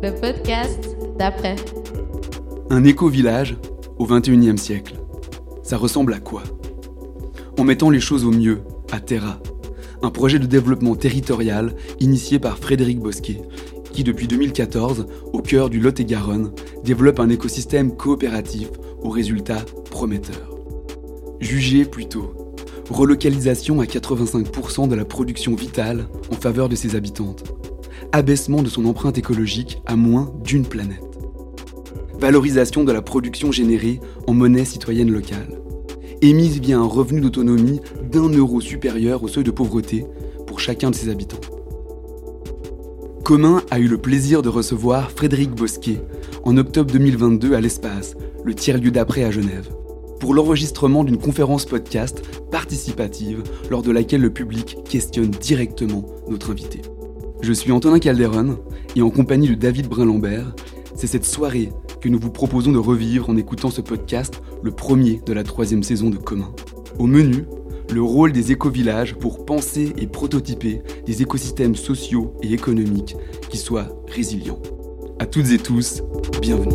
le podcast d'après. Un éco-village au XXIe siècle. Ça ressemble à quoi? En mettant les choses au mieux, à Terra, un projet de développement territorial initié par Frédéric Bosquet, qui depuis 2014, au cœur du Lot-et-Garonne, développe un écosystème coopératif aux résultats prometteurs. Jugez plutôt, relocalisation à 85% de la production vitale en faveur de ses habitantes, abaissement de son empreinte écologique à moins d'une planète, valorisation de la production générée en monnaie citoyenne locale, émise via un revenu d'autonomie d'1 € supérieur au seuil de pauvreté pour chacun de ses habitants. Commun a eu le plaisir de recevoir Frédéric Bosquet en octobre 2022 à l'Espace, le tiers-lieu d'après à Genève, pour l'enregistrement d'une conférence podcast participative lors de laquelle le public questionne directement notre invité. Je suis Antonin Calderon et en compagnie de David Brin-Lambert, c'est cette soirée que nous vous proposons de revivre en écoutant ce podcast, le premier de la 3e saison de Commun. Au menu, le rôle des éco-villages pour penser et prototyper des écosystèmes sociaux et économiques qui soient résilients. À toutes et tous, bienvenue.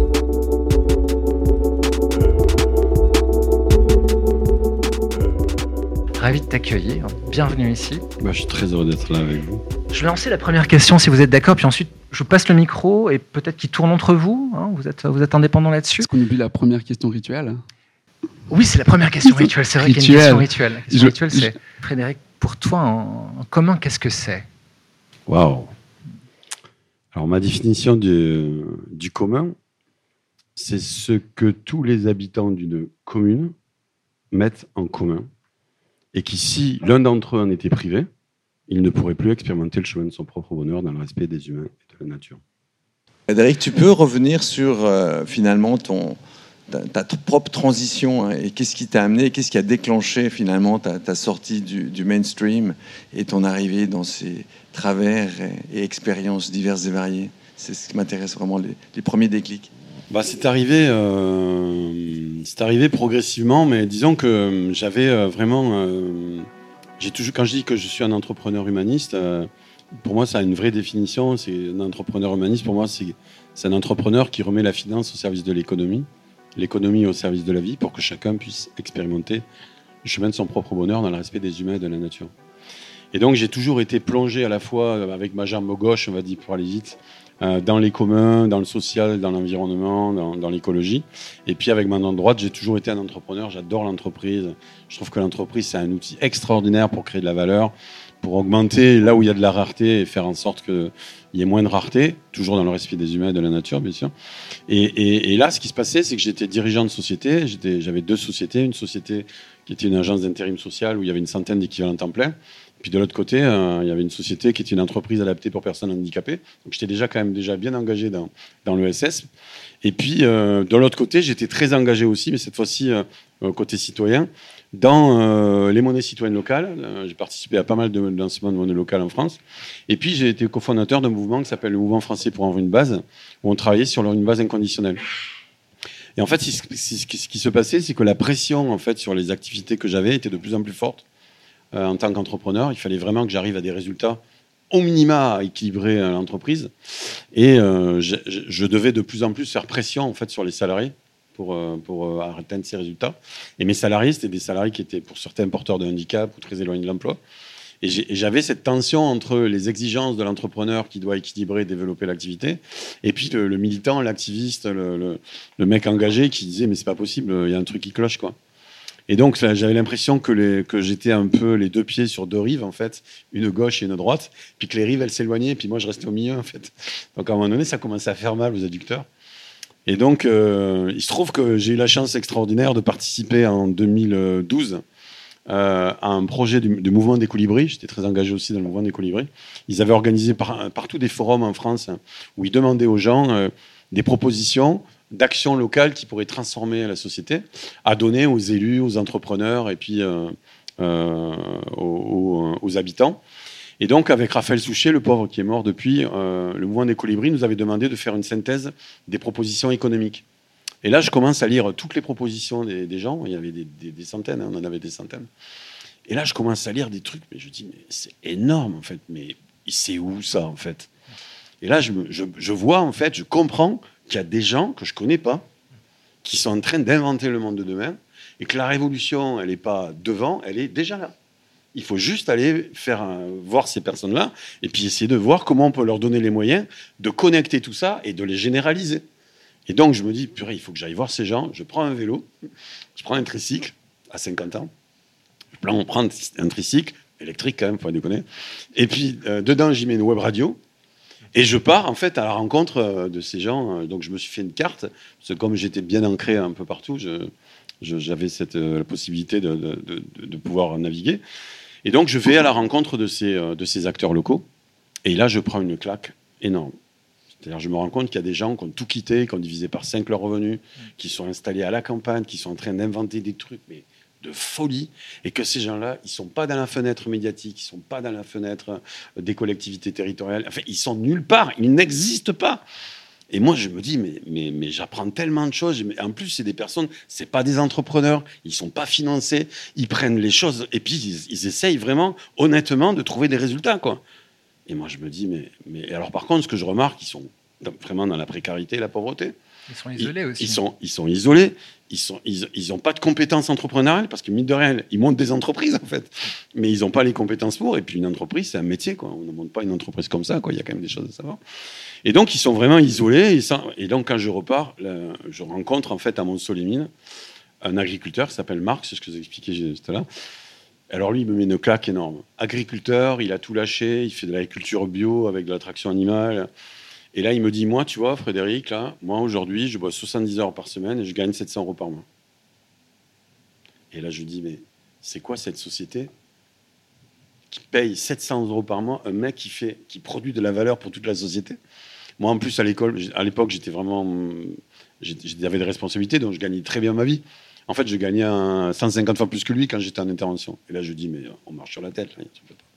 Ravi de t'accueillir, bienvenue ici. Je suis très heureux d'être là avec vous. Je vais lancer la première question si vous êtes d'accord, puis ensuite je passe le micro et peut-être qu'il tourne entre vous, hein, vous êtes indépendant là-dessus. Est-ce qu'on oublie la première question rituelle? Oui, c'est la première question rituelle, c'est vrai qu'il y a une question rituelle. La question rituelle, c'est, Frédéric, pour toi, en commun, qu'est-ce que c'est? Waouh. Alors ma définition du commun, c'est ce que tous les habitants d'une commune mettent en commun et qui, si l'un d'entre eux en était privé, il ne pourrait plus expérimenter le chemin de son propre bonheur dans le respect des humains et de la nature. Frédéric, tu peux revenir sur finalement ta propre transition, hein, et qu'est-ce qui t'a amené, qu'est-ce qui a déclenché finalement ta sortie du mainstream et ton arrivée dans ces travers et expériences diverses et variées? C'est ce qui m'intéresse vraiment, les premiers déclics. C'est arrivé progressivement, mais disons que j'avais vraiment... quand je dis que je suis un entrepreneur humaniste, pour moi, ça a une vraie définition. C'est un entrepreneur humaniste, pour moi, c'est un entrepreneur qui remet la finance au service de l'économie au service de la vie, pour que chacun puisse expérimenter le chemin de son propre bonheur dans le respect des humains et de la nature. Et donc, j'ai toujours été plongé à la fois avec ma jambe gauche, on va dire pour aller vite, dans les communs, dans le social, dans l'environnement, dans l'écologie. Et puis avec ma main droite, j'ai toujours été un entrepreneur. J'adore l'entreprise. Je trouve que l'entreprise, c'est un outil extraordinaire pour créer de la valeur, pour augmenter là où il y a de la rareté et faire en sorte qu'il y ait moins de rareté, toujours dans le respect des humains et de la nature, bien sûr. Et là, ce qui se passait, c'est que j'étais dirigeant de société. J'avais 2 sociétés. Une société qui était une agence d'intérim social où il y avait une centaine d'équivalents temps plein. Puis de l'autre côté, il y avait une société qui était une entreprise adaptée pour personnes handicapées. Donc j'étais déjà bien engagé dans l'ESS. Et puis de l'autre côté, j'étais très engagé aussi, mais cette fois-ci côté citoyen, dans les monnaies citoyennes locales. J'ai participé à pas mal de lancements de monnaie locale en France. Et puis j'ai été cofondateur d'un mouvement qui s'appelle le Mouvement français pour avoir une base, où on travaillait sur une base inconditionnelle. Et en fait, ce qui se passait, c'est que la pression en fait sur les activités que j'avais était de plus en plus forte. En tant qu'entrepreneur, il fallait vraiment que j'arrive à des résultats au minima à équilibrer l'entreprise. Et je devais de plus en plus faire pression en fait, sur les salariés pour atteindre ces résultats. Et mes salariés, c'était des salariés qui étaient pour certains porteurs de handicap ou très éloignés de l'emploi. Et j'avais cette tension entre les exigences de l'entrepreneur qui doit équilibrer et développer l'activité, et puis le militant, l'activiste, le mec engagé qui disait « mais c'est pas possible, il y a un truc qui cloche, quoi ». Et donc, là, j'avais l'impression que j'étais un peu les 2 pieds sur 2 rives, en fait, une gauche et une droite, puis que les rives, elles s'éloignaient, puis moi, je restais au milieu, en fait. Donc, à un moment donné, ça commençait à faire mal aux adducteurs. Et donc, il se trouve que j'ai eu la chance extraordinaire de participer en 2012 à un projet du mouvement des colibris. J'étais très engagé aussi dans le mouvement des colibris. Ils avaient organisé partout des forums en France où ils demandaient aux gens des propositions d'actions locales qui pourraient transformer la société, à donner aux élus, aux entrepreneurs et puis aux habitants. Et donc, avec Raphaël Souchet, le pauvre qui est mort depuis, le mouvement des colibris nous avait demandé de faire une synthèse des propositions économiques. Et là, je commence à lire toutes les propositions des gens. Il y avait des centaines, on en avait des centaines. Et là, je commence à lire des trucs, mais je dis, mais c'est énorme, en fait. Mais c'est où, ça, en fait? Et là, je vois, en fait, je comprends qu'il y a des gens que je ne connais pas qui sont en train d'inventer le monde de demain et que la révolution, elle n'est pas devant, elle est déjà là. Il faut juste aller voir ces personnes-là et puis essayer de voir comment on peut leur donner les moyens de connecter tout ça et de les généraliser. Et donc, je me dis, purée, il faut que j'aille voir ces gens. Je prends un vélo, je prends un tricycle à 50 ans. On prend un tricycle électrique quand même, faut pas déconner. Et puis, dedans, j'y mets une web radio. Et je pars, en fait, à la rencontre de ces gens. Donc, je me suis fait une carte. Parce que comme j'étais bien ancré un peu partout, j'avais la possibilité de pouvoir naviguer. Et donc, je vais à la rencontre de ces acteurs locaux. Et là, je prends une claque énorme. C'est-à-dire, je me rends compte qu'il y a des gens qui ont tout quitté, qui ont divisé par 5 leurs revenus, qui sont installés à la campagne, qui sont en train d'inventer des trucs mais de folie, et que ces gens-là, ils ne sont pas dans la fenêtre médiatique, ils ne sont pas dans la fenêtre des collectivités territoriales. Enfin, ils sont nulle part, ils n'existent pas. Et moi, je me dis, mais j'apprends tellement de choses. En plus, c'est des personnes, c'est pas des entrepreneurs, ils sont pas financés, ils prennent les choses, et puis ils essayent vraiment, honnêtement, de trouver des résultats, quoi. Et moi, je me dis, mais alors par contre, ce que je remarque, ils sont vraiment dans la précarité et la pauvreté. Ils sont isolés aussi. Ils sont isolés. Ils n'ont pas de compétences entrepreneuriales parce que, mine de rien, ils montent des entreprises, en fait. Mais ils n'ont pas les compétences pour. Et puis, une entreprise, c'est un métier, quoi. On ne monte pas une entreprise comme ça, quoi. Il y a quand même des choses à savoir. Et donc, ils sont vraiment isolés. Et donc, quand je repars, je rencontre, en fait, à Montceau-les-Mines, un agriculteur qui s'appelle Marc, c'est ce que je vous expliquais juste là. Alors lui, il me met une claque énorme. Agriculteur, il a tout lâché, il fait de l'agriculture bio avec de la traction animale. Et là, il me dit, moi, tu vois, Frédéric, là, moi, aujourd'hui, je bosse 70 heures par semaine et je gagne 700 euros par mois. Et là, je lui dis, mais c'est quoi cette société qui paye 700 euros par mois un mec qui produit de la valeur pour toute la société? Moi, en plus, à l'époque, j'avais des responsabilités, donc je gagnais très bien ma vie. En fait, je gagnais 150 fois plus que lui quand j'étais en intervention. Et là, je dis, mais on marche sur la tête. Là.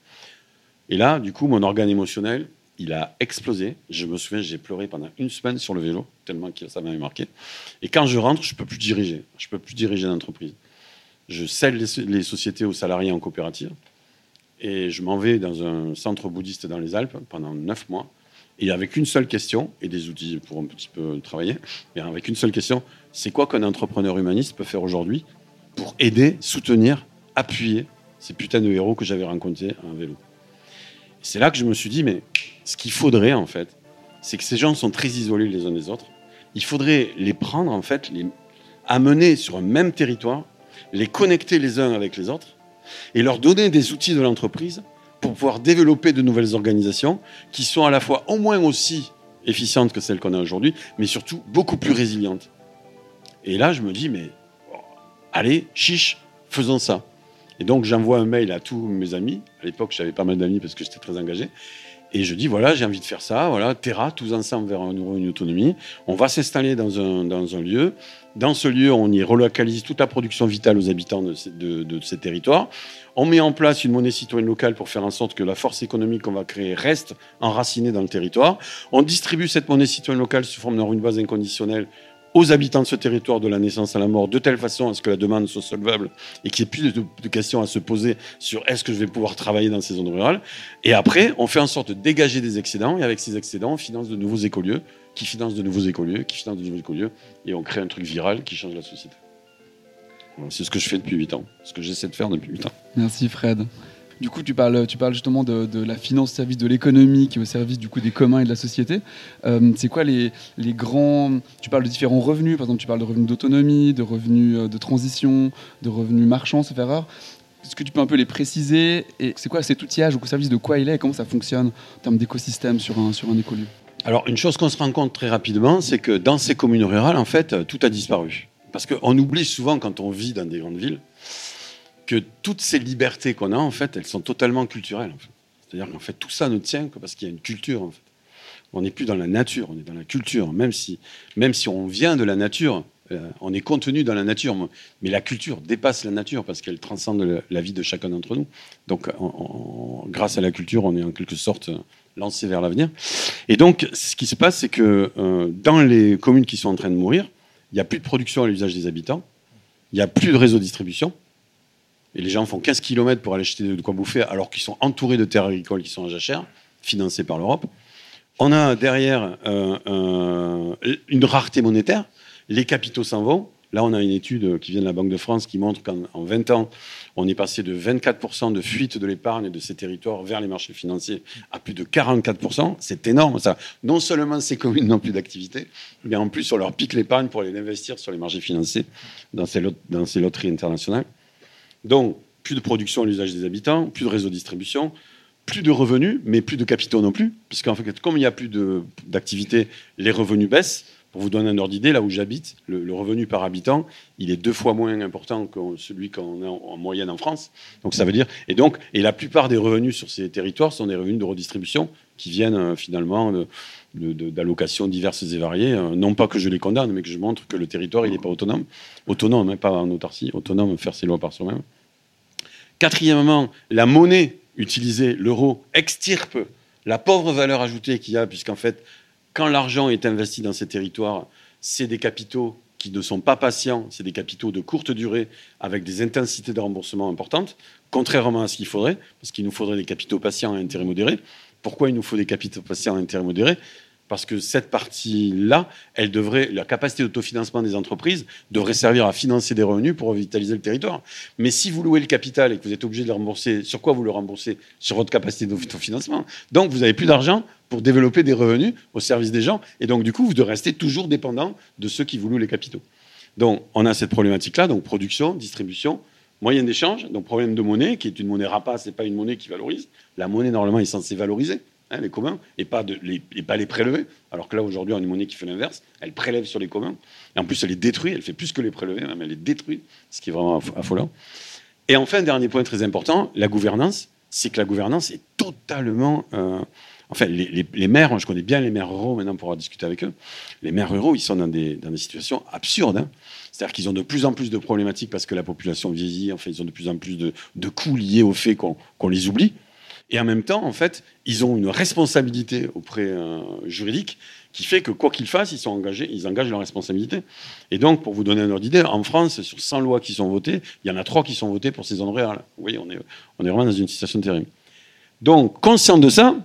Et là, du coup, mon organe émotionnel, il a explosé. Je me souviens, j'ai pleuré pendant une semaine sur le vélo, tellement que ça m'avait marqué. Et quand je rentre, je ne peux plus diriger. Je ne peux plus diriger l'entreprise. Je cède les sociétés aux salariés en coopérative. Et je m'en vais dans un centre bouddhiste dans les Alpes pendant 9 mois. Et avec une seule question, et des outils pour un petit peu travailler, mais avec une seule question, c'est quoi qu'un entrepreneur humaniste peut faire aujourd'hui pour aider, soutenir, appuyer ces putains de héros que j'avais rencontrés à un vélo? Et c'est là que je me suis dit, mais ce qu'il faudrait, en fait, c'est que ces gens sont très isolés les uns des autres. Il faudrait les prendre, en fait, les amener sur un même territoire, les connecter les uns avec les autres, et leur donner des outils de l'entreprise pour pouvoir développer de nouvelles organisations qui sont à la fois au moins aussi efficientes que celles qu'on a aujourd'hui, mais surtout beaucoup plus résilientes. Et là, je me dis, mais allez, chiche, faisons ça. Et donc, j'envoie un mail à tous mes amis. À l'époque, j'avais pas mal d'amis parce que j'étais très engagé. Et je dis, voilà, j'ai envie de faire ça. Voilà, Terra, tous ensemble vers une autonomie. On va s'installer dans un lieu. Dans ce lieu, on y relocalise toute la production vitale aux habitants de ces territoires. On met en place une monnaie citoyenne locale pour faire en sorte que la force économique qu'on va créer reste enracinée dans le territoire. On distribue cette monnaie citoyenne locale sous forme d'un revenu de base inconditionnel aux habitants de ce territoire de la naissance à la mort, de telle façon à ce que la demande soit solvable et qu'il n'y ait plus de questions à se poser sur est-ce que je vais pouvoir travailler dans ces zones rurales. Et après, on fait en sorte de dégager des excédents, et avec ces excédents, on finance de nouveaux écolieux, qui financent de nouveaux écolieux, qui financent de nouveaux écolieux, et on crée un truc viral qui change la société. Voilà, c'est ce que je fais depuis 8 ans, ce que j'essaie de faire depuis 8 ans. Merci Fred. Du coup, tu parles justement de la finance au service de l'économie, qui est au service du coup des communs et de la société. C'est quoi les grands... Tu parles de différents revenus, par exemple, tu parles de revenus d'autonomie, de revenus de transition, de revenus marchands, sauf erreur. Est-ce que tu peux un peu les préciser? Et c'est quoi cet outillage, au service de quoi il est, et comment ça fonctionne en termes d'écosystème sur un écolieu? Alors, une chose qu'on se rend compte très rapidement, c'est que dans ces communes rurales, en fait, tout a disparu. Parce qu'on oublie souvent, quand on vit dans des grandes villes, que toutes ces libertés qu'on a, en fait, elles sont totalement culturelles. En fait. C'est-à-dire qu'en fait, tout ça ne tient que parce qu'il y a une culture. En fait. On n'est plus dans la nature, on est dans la culture. Même si on vient de la nature, on est contenu dans la nature. Mais la culture dépasse la nature parce qu'elle transcende la vie de chacun d'entre nous. Donc, grâce à la culture, on est en quelque sorte lancé vers l'avenir. Et donc, ce qui se passe, c'est que dans les communes qui sont en train de mourir, il n'y a plus de production à l'usage des habitants, il n'y a plus de réseau de distribution. Et les gens font 15 km pour aller acheter de quoi bouffer alors qu'ils sont entourés de terres agricoles qui sont en jachère, financées par l'Europe. On a derrière une rareté monétaire. Les capitaux s'en vont. Là, on a une étude qui vient de la Banque de France qui montre qu'en 20 ans, on est passé de 24% de fuite de l'épargne de ces territoires vers les marchés financiers à plus de 44%. C'est énorme, ça. Non seulement ces communes n'ont plus d'activité, mais en plus, on leur pique l'épargne pour aller l'investir sur les marchés financiers dans ces loteries internationales. Donc, plus de production à l'usage des habitants, plus de réseau de distribution, plus de revenus, mais plus de capitaux non plus. Puisqu'en fait, comme il n'y a plus d'activité, les revenus baissent. Pour vous donner un ordre d'idée, là où j'habite, le revenu par habitant, il est 2 fois moins important que celui qu'on a en moyenne en France. Donc ça veut dire, et la plupart des revenus sur ces territoires sont des revenus de redistribution qui viennent finalement d'allocations diverses et variées. Non pas que je les condamne, mais que je montre que le territoire il n'est pas autonome, même pas en autarcie, autonome, faire ses lois par soi-même. Quatrièmement, la monnaie utilisée, l'euro, extirpe la pauvre valeur ajoutée qu'il y a, puisqu'en fait, quand l'argent est investi dans ces territoires, c'est des capitaux qui ne sont pas patients, c'est des capitaux de courte durée avec des intensités de remboursement importantes, contrairement à ce qu'il faudrait, parce qu'il nous faudrait des capitaux patients à intérêt modéré. Pourquoi il nous faut des capitaux patients à intérêt modéré ? Parce que cette partie-là, la capacité d'autofinancement des entreprises devrait servir à financer des revenus pour revitaliser le territoire. Mais si vous louez le capital et que vous êtes obligé de le rembourser, sur quoi vous le remboursez ? Sur votre capacité d'autofinancement. Donc, vous n'avez plus d'argent pour développer des revenus au service des gens. Et donc, du coup, vous restez toujours dépendant de ceux qui vous louent les capitaux. Donc, on a cette problématique-là, donc production, distribution, moyen d'échange, donc problème de monnaie, qui est une monnaie rapace et pas une monnaie qui valorise. La monnaie, normalement, est censée valoriser. Les communs, et pas les prélever. Alors que là, aujourd'hui, on a une monnaie qui fait l'inverse. Elle prélève sur les communs. Et en plus, elle les détruit. Elle fait plus que les prélever, même elle les détruit, ce qui est vraiment affolant. Et enfin, dernier point très important, la gouvernance. C'est que la gouvernance est totalement... les maires, je connais bien les maires ruraux, maintenant, pour avoir discuté avec eux. Les maires ruraux, ils sont dans des situations absurdes. Hein. C'est-à-dire qu'ils ont de plus en plus de problématiques parce que la population vieillit. Enfin, ils ont de plus en plus de coûts liés au fait qu'on les oublie. Et en même temps, en fait, ils ont une responsabilité auprès juridique qui fait que quoi qu'ils fassent, ils engagent leur responsabilité. Et donc, pour vous donner un ordre d'idée, en France, sur 100 lois qui sont votées, il y en a 3 qui sont votées pour ces zones rurales. Vous voyez, on est vraiment dans une situation terrible. Donc, conscient de ça,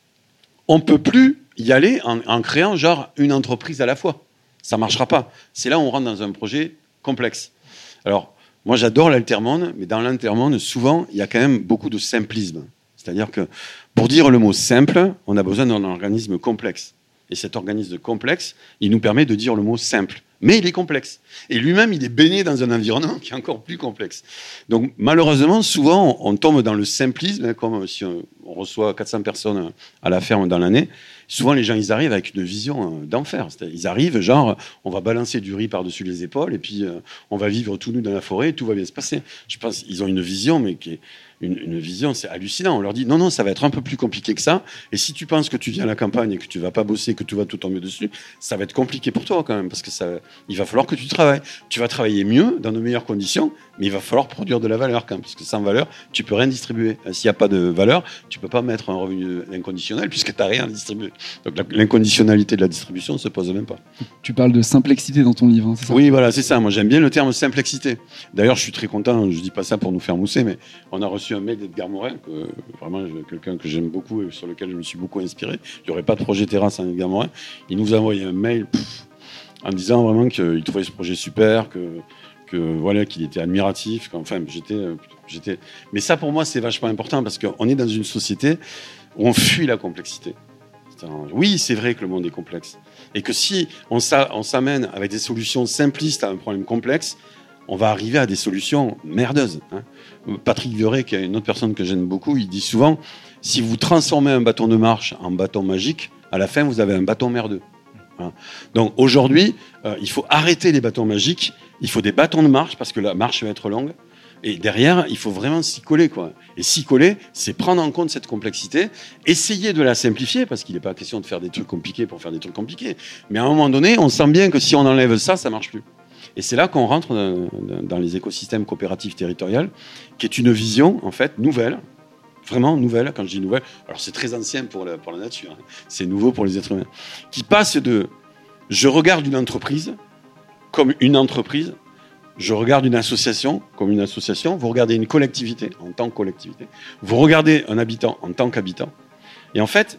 on ne peut plus y aller en créant genre une entreprise à la fois. Ça ne marchera pas. C'est là où on rentre dans un projet complexe. Alors, moi, j'adore l'altermonde, mais dans l'altermonde, souvent, il y a quand même beaucoup de simplisme. C'est-à-dire que pour dire le mot simple, on a besoin d'un organisme complexe. Et cet organisme complexe, il nous permet de dire le mot simple. Mais il est complexe. Et lui-même, il est baigné dans un environnement qui est encore plus complexe. Donc malheureusement, souvent, on tombe dans le simplisme, comme si on reçoit 400 personnes à la ferme dans l'année. Souvent, les gens, ils arrivent avec une vision d'enfer. Ils arrivent, genre, on va balancer du riz par-dessus les épaules, et puis on va vivre tout nu dans la forêt, et tout va bien se passer. Je pense qu'ils ont une vision, mais qui est... Une vision, c'est hallucinant. On leur dit non, ça va être un peu plus compliqué que ça. Et si tu penses que tu viens à la campagne et que tu vas pas bosser, que tout va tout tomber dessus, ça va être compliqué pour toi quand même, parce que il va falloir que tu travailles. Tu vas travailler mieux, dans de meilleures conditions, mais il va falloir produire de la valeur quand même, parce que sans valeur, tu peux rien distribuer. S'il n'y a pas de valeur, tu peux pas mettre un revenu inconditionnel puisque tu n'as rien à distribuer. Donc l'inconditionnalité de la distribution ne se pose même pas. Tu parles de complexité dans ton livre, hein, c'est ça ? Oui, voilà, c'est ça. Moi, j'aime bien le terme complexité. D'ailleurs, je suis très content. Je dis pas ça pour nous faire mousser, mais on a reçu un mail d'Edgar Morin, vraiment quelqu'un que j'aime beaucoup et sur lequel je me suis beaucoup inspiré. Il n'y aurait pas de projet terrasse sans Edgar Morin. Il nous a envoyé un mail en disant vraiment qu'il trouvait ce projet super, voilà, qu'il était admiratif. Enfin, j'étais. Mais ça, pour moi, c'est vachement important parce qu'on est dans une société où on fuit la complexité. Oui, c'est vrai que le monde est complexe et que si on s'amène avec des solutions simplistes à un problème complexe, on va arriver à des solutions merdeuses. Hein. Patrick Vioré, qui est une autre personne que j'aime beaucoup, il dit souvent, si vous transformez un bâton de marche en bâton magique, à la fin, vous avez un bâton merdeux. Hein. Donc aujourd'hui, il faut arrêter les bâtons magiques, il faut des bâtons de marche, parce que la marche va être longue, et derrière, il faut vraiment s'y coller, quoi. Et s'y coller, c'est prendre en compte cette complexité, essayer de la simplifier, parce qu'il n'est pas question de faire des trucs compliqués pour faire des trucs compliqués. Mais à un moment donné, on sent bien que si on enlève ça, ça ne marche plus. Et c'est là qu'on rentre dans les écosystèmes coopératifs territoriaux, qui est une vision, en fait, nouvelle, vraiment nouvelle. Quand je dis nouvelle, alors c'est très ancien pour la nature, hein. C'est nouveau pour les êtres humains, qui passe de « je regarde une entreprise comme une entreprise », je regarde une association comme une association, vous regardez une collectivité en tant que collectivité, vous regardez un habitant en tant qu'habitant. Et en fait,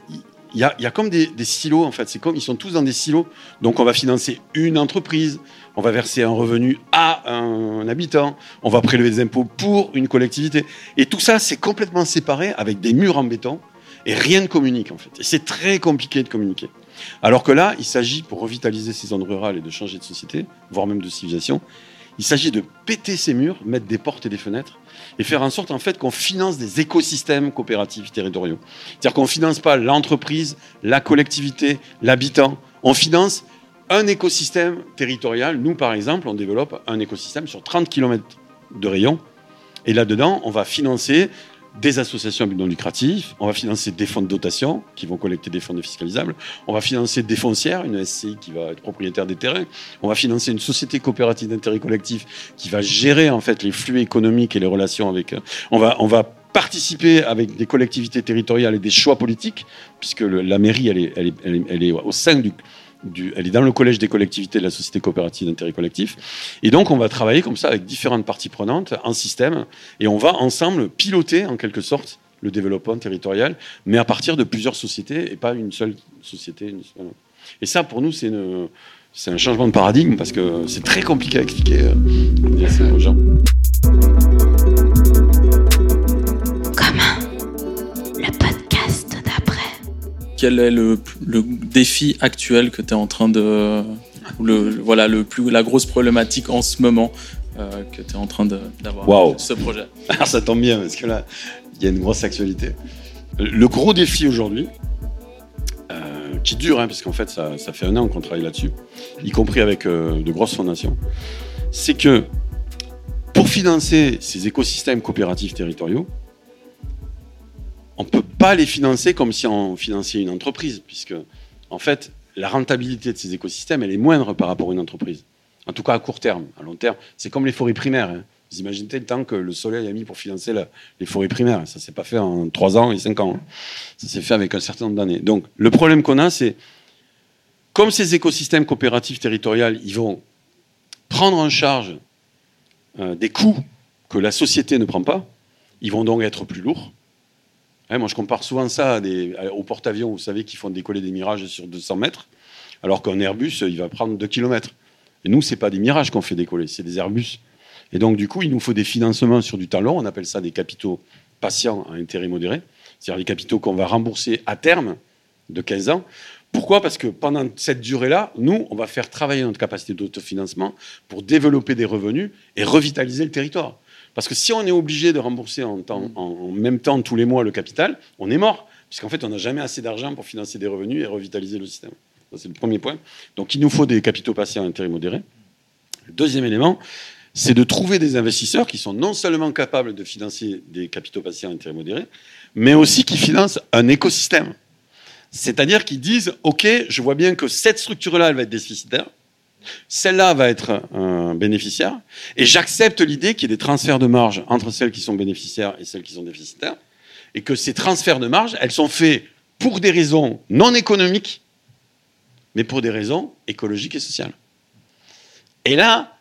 il y a comme des silos, en fait. C'est comme, ils sont tous dans des silos. Donc, on va financer une entreprise, on va verser un revenu à un habitant, on va prélever des impôts pour une collectivité. Et tout ça, c'est complètement séparé avec des murs en béton et rien ne communique, en fait. Et c'est très compliqué de communiquer. Alors que là, il s'agit, pour revitaliser ces zones rurales et de changer de société, voire même de civilisation, il s'agit de péter ces murs, mettre des portes et des fenêtres et faire en sorte en fait qu'on finance des écosystèmes coopératifs territoriaux. C'est-à-dire qu'on ne finance pas l'entreprise, la collectivité, l'habitant. On finance un écosystème territorial. Nous, par exemple, on développe un écosystème sur 30 km de rayon. Et là-dedans, on va financer des associations à but non lucratif, on va financer des fonds de dotation qui vont collecter des fonds défiscalisables, on va financer des foncières, une SCI qui va être propriétaire des terrains, on va financer une société coopérative d'intérêt collectif qui va gérer en fait les flux économiques et les relations avec... On va participer avec des collectivités territoriales et des choix politiques, puisque la mairie, elle est au sein elle est dans le collège des collectivités de la société coopérative d'intérêt collectif. Et donc, on va travailler comme ça avec différentes parties prenantes en système et on va ensemble piloter, en quelque sorte, le développement territorial, mais à partir de plusieurs sociétés et pas une seule société. Et ça, pour nous, c'est un changement de paradigme parce que c'est très compliqué à expliquer aux gens. Quel est le défi actuel que tu es en train de... la grosse problématique en ce moment que tu es en train d'avoir ce projet? Alors ça tombe bien, parce que là, il y a une grosse actualité. Le gros défi aujourd'hui, qui dure, parce qu'en fait, ça fait 1 an qu'on travaille là-dessus, y compris avec de grosses fondations, c'est que pour financer ces écosystèmes coopératifs territoriaux, on ne peut pas les financer comme si on finançait une entreprise, puisque, en fait, la rentabilité de ces écosystèmes, elle est moindre par rapport à une entreprise. En tout cas, à court terme. À long terme, c'est comme les forêts primaires. Vous imaginez le temps que le soleil a mis pour financer les forêts primaires. Ça ne s'est pas fait en 3 ans et 5 ans. Ça s'est fait avec un certain nombre d'années. Donc, le problème qu'on a, c'est, comme ces écosystèmes coopératifs territoriaux, ils vont prendre en charge des coûts que la société ne prend pas, ils vont donc être plus lourds. Moi, je compare souvent ça aux porte-avions, vous savez, qui font décoller des Mirages sur 200 mètres, alors qu'un Airbus, il va prendre 2 km. Et nous, ce n'est pas des Mirages qu'on fait décoller, c'est des Airbus. Et donc, du coup, il nous faut des financements sur du temps long. On appelle ça des capitaux patients à intérêt modéré. C'est-à-dire les capitaux qu'on va rembourser à terme de 15 ans. Pourquoi ? Parce que pendant cette durée-là, nous, on va faire travailler notre capacité d'autofinancement pour développer des revenus et revitaliser le territoire. Parce que si on est obligé de rembourser en même temps tous les mois le capital, on est mort. Puisqu'en fait, on n'a jamais assez d'argent pour financer des revenus et revitaliser le système. Ça, c'est le premier point. Donc, il nous faut des capitaux patients à intérêt modéré. Le deuxième élément, c'est de trouver des investisseurs qui sont non seulement capables de financer des capitaux patients à intérêt modéré, mais aussi qui financent un écosystème. C'est-à-dire qu'ils disent, OK, je vois bien que cette structure-là, elle va être déficitaire. Celle-là va être un bénéficiaire et j'accepte l'idée qu'il y ait des transferts de marge entre celles qui sont bénéficiaires et celles qui sont déficitaires et que ces transferts de marge, elles sont faits pour des raisons non économiques mais pour des raisons écologiques et sociales. Et là,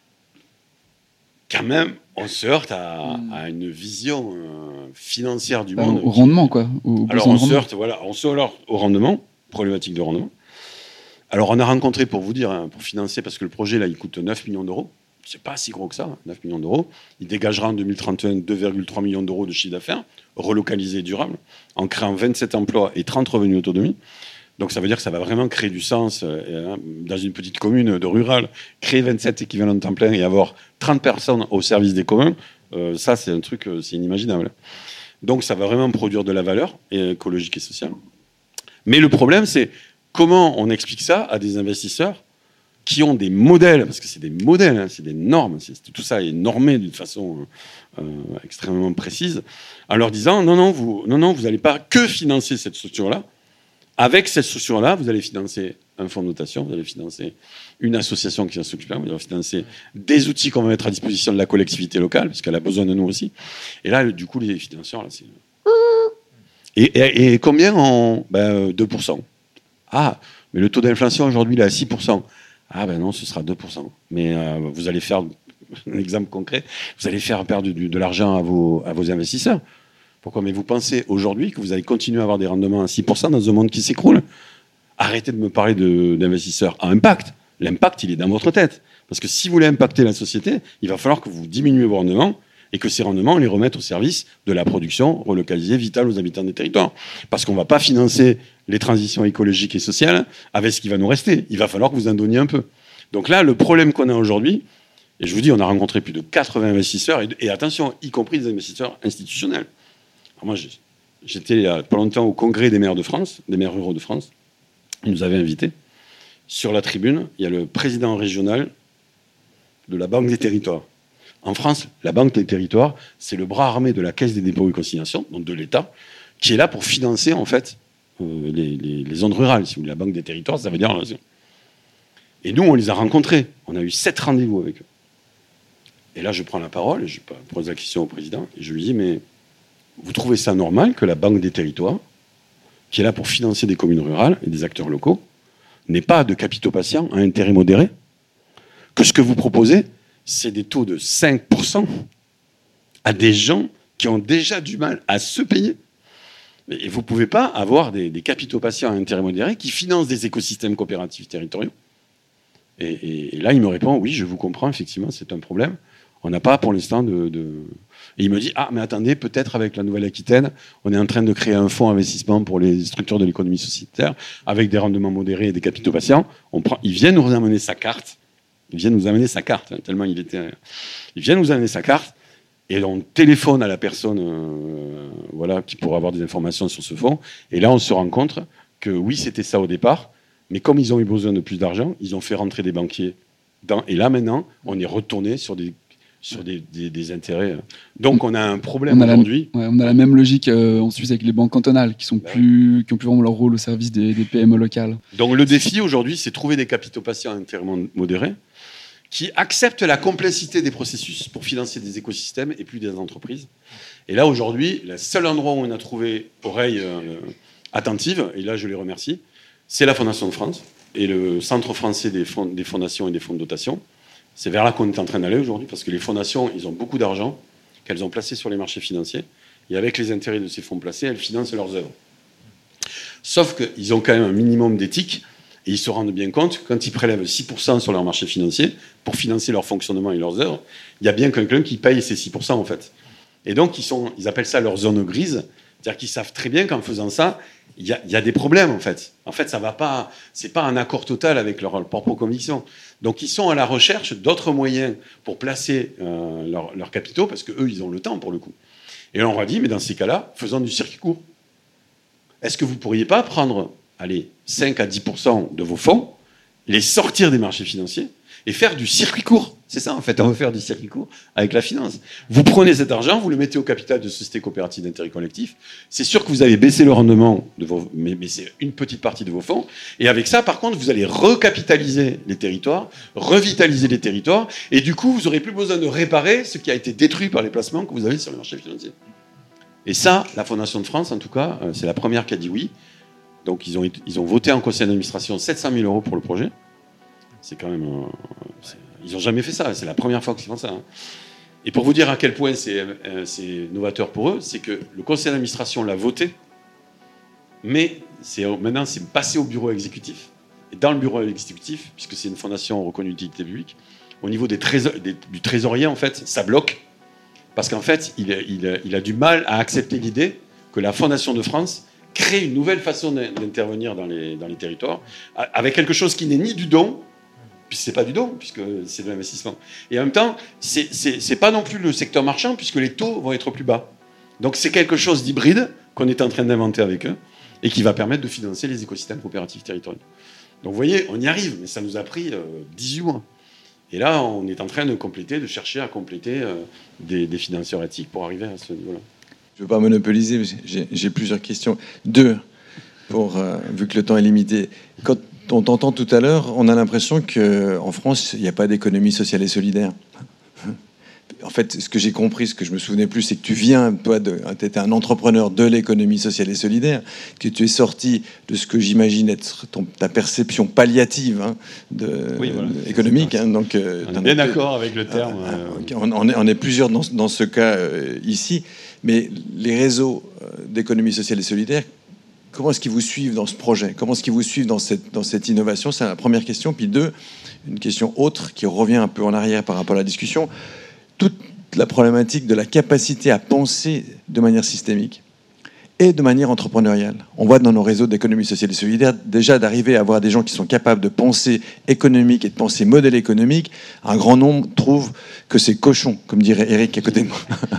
quand même, on se heurte à une vision financière du monde. Au rendement, quoi. Alors on se heurte au rendement, problématique de rendement. Alors, on a rencontré, pour vous dire, pour financer, parce que le projet, là, il coûte 9 millions d'euros. C'est pas si gros que ça, 9 millions d'euros. Il dégagera en 2031 2,3 millions d'euros de chiffre d'affaires, relocalisé et durable, en créant 27 emplois et 30 revenus autonomie. Donc, ça veut dire que ça va vraiment créer du sens dans une petite commune de rural, créer 27 équivalents de temps plein et avoir 30 personnes au service des communs. Ça, c'est un truc, c'est inimaginable. Donc, ça va vraiment produire de la valeur écologique et sociale. Mais le problème, c'est comment on explique ça à des investisseurs qui ont des modèles, parce que c'est des modèles, c'est des normes, tout ça est normé d'une façon extrêmement précise, en leur disant non, vous n'allez pas que financer cette structure-là. Avec cette structure-là, vous allez financer un fonds de dotation, vous allez financer une association qui va s'occuper, vous allez financer des outils qu'on va mettre à disposition de la collectivité locale, parce qu'elle a besoin de nous aussi. Et là, du coup, les financeurs, là, c'est... Et combien en 2%. Ah, mais le taux d'inflation aujourd'hui, il est à 6%. Ah ben non, ce sera 2%. Mais vous allez faire, un exemple concret, vous allez faire perdre de l'argent à vos investisseurs. Pourquoi ? Mais vous pensez aujourd'hui que vous allez continuer à avoir des rendements à 6% dans un monde qui s'écroule ? Arrêtez de me parler d'investisseurs à impact. L'impact, il est dans votre tête. Parce que si vous voulez impacter la société, il va falloir que vous diminuez vos rendements et que ces rendements, on les remette au service de la production relocalisée vitale aux habitants des territoires. Parce qu'on ne va pas financer les transitions écologiques et sociales avec ce qui va nous rester. Il va falloir que vous en donniez un peu. Donc là, le problème qu'on a aujourd'hui, et je vous dis, on a rencontré plus de 80 investisseurs, et attention, y compris des investisseurs institutionnels. Alors moi, j'étais il y a pas longtemps au congrès des maires de France, des maires ruraux de France. Ils nous avaient invités. Sur la tribune, il y a le président régional de la Banque des Territoires. En France, la Banque des Territoires, c'est le bras armé de la Caisse des dépôts et consignations, donc de l'État, qui est là pour financer, en fait, les zones rurales. Si vous voulez, la Banque des Territoires, ça veut dire... Et nous, on les a rencontrés. On a eu 7 rendez-vous avec eux. Et là, je prends la parole, et je pose la question au président, et je lui dis, mais vous trouvez ça normal que la Banque des Territoires, qui est là pour financer des communes rurales et des acteurs locaux, n'ait pas de capitaux patients à intérêt modéré ? Que ce que vous proposez, c'est des taux de 5% à des gens qui ont déjà du mal à se payer. Et vous ne pouvez pas avoir des capitaux patients à intérêt modéré qui financent des écosystèmes coopératifs territoriaux. Et là, il me répond, oui, je vous comprends, effectivement, c'est un problème. On n'a pas pour l'instant Et il me dit, mais attendez, peut-être avec la Nouvelle-Aquitaine, on est en train de créer un fonds d'investissement pour les structures de l'économie sociétaire, avec des rendements modérés et des capitaux patients. Il vient nous amener sa carte. Il vient nous amener sa carte, tellement il était... Il vient nous amener sa carte, et on téléphone à la personne qui pourra avoir des informations sur ce fonds. Et là, on se rend compte que oui, c'était ça au départ, mais comme ils ont eu besoin de plus d'argent, ils ont fait rentrer des banquiers. Et là, maintenant, on est retourné sur des intérêts. Donc, on a un problème aujourd'hui. On a la même logique en Suisse avec les banques cantonales, qui ont plus vraiment leur rôle au service des PME locales. Donc, le défi aujourd'hui, c'est trouver des capitaux patients à intérêt modéré qui acceptent la complexité des processus pour financer des écosystèmes et plus des entreprises. Et là, aujourd'hui, le seul endroit où on a trouvé oreille attentive, et là, je les remercie, c'est la Fondation de France et le Centre français des fondations et des fonds de dotation. C'est vers là qu'on est en train d'aller aujourd'hui, parce que les fondations, ils ont beaucoup d'argent qu'elles ont placé sur les marchés financiers, et avec les intérêts de ces fonds placés, elles financent leurs œuvres. Sauf qu'ils ont quand même un minimum d'éthique, et ils se rendent bien compte, quand ils prélèvent 6% sur leur marché financier, pour financer leur fonctionnement et leurs œuvres, il y a bien quelqu'un qui paye ces 6% en fait. Et donc, ils appellent ça leur zone grise, c'est-à-dire qu'ils savent très bien qu'en faisant ça, il y a des problèmes en fait. En fait, ça va pas, c'est pas un accord total avec leur propre conviction. Donc, ils sont à la recherche d'autres moyens pour placer leurs capitaux, parce qu'eux, ils ont le temps pour le coup. Et on leur a dit, mais dans ces cas-là, faisons du circuit court. Est-ce que vous ne pourriez pas prendre 5 à 10% de vos fonds, les sortir des marchés financiers et faire du circuit court ? C'est ça, en fait, on veut faire du circuit court avec la finance. Vous prenez cet argent, vous le mettez au capital de sociétés coopératives d'intérêt collectif. C'est sûr que vous avez baissé le rendement, mais c'est une petite partie de vos fonds. Et avec ça, par contre, vous allez recapitaliser les territoires, revitaliser les territoires, et du coup, vous n'aurez plus besoin de réparer ce qui a été détruit par les placements que vous avez sur les marchés financiers. Et ça, la Fondation de France, en tout cas, c'est la première qui a dit oui. Donc, ils ont voté en conseil d'administration 700 000 € pour le projet. C'est quand même... ils n'ont jamais fait ça. C'est la première fois qu'ils font ça. Hein. Et pour vous dire à quel point c'est novateur pour eux, c'est que le conseil d'administration l'a voté, mais maintenant, c'est passé au bureau exécutif. Et dans le bureau exécutif, puisque c'est une fondation reconnue d'utilité publique, au niveau du trésorier, en fait, ça bloque. Parce qu'en fait, il a du mal à accepter l'idée que la Fondation de France crée une nouvelle façon d'intervenir dans les territoires, avec quelque chose qui n'est ni du don, puisque c'est pas du don, puisque c'est de l'investissement. Et en même temps, c'est pas non plus le secteur marchand, puisque les taux vont être plus bas. Donc c'est quelque chose d'hybride qu'on est en train d'inventer avec eux, et qui va permettre de financer les écosystèmes coopératifs territoriaux. Donc vous voyez, on y arrive, mais ça nous a pris 18 mois. Et là, on est en train de chercher à compléter des financeurs éthiques pour arriver à ce niveau-là. Je ne veux pas monopoliser, mais j'ai plusieurs questions. 2, vu que le temps est limité. Quand on t'entend tout à l'heure, on a l'impression qu'en France, il n'y a pas d'économie sociale et solidaire. En fait, ce que j'ai compris, ce que je me souvenais plus, c'est que tu viens, toi, tu étais un entrepreneur de l'économie sociale et solidaire, que tu es sorti de ce que j'imagine être ta perception palliative économique. Hein, donc, on est bien d'accord avec le terme. On est plusieurs dans ce cas ici. Mais les réseaux d'économie sociale et solidaire, comment est-ce qu'ils vous suivent dans ce projet? Comment est-ce qu'ils vous suivent dans cette innovation? C'est la première question. Puis deux, une question autre qui revient un peu en arrière par rapport à la discussion. Toute la problématique de la capacité à penser de manière systémique et de manière entrepreneuriale. On voit dans nos réseaux d'économie sociale et solidaire déjà d'arriver à avoir des gens qui sont capables de penser économique et de penser modèle économique. Un grand nombre trouve que c'est cochon, comme dirait Eric à côté de moi.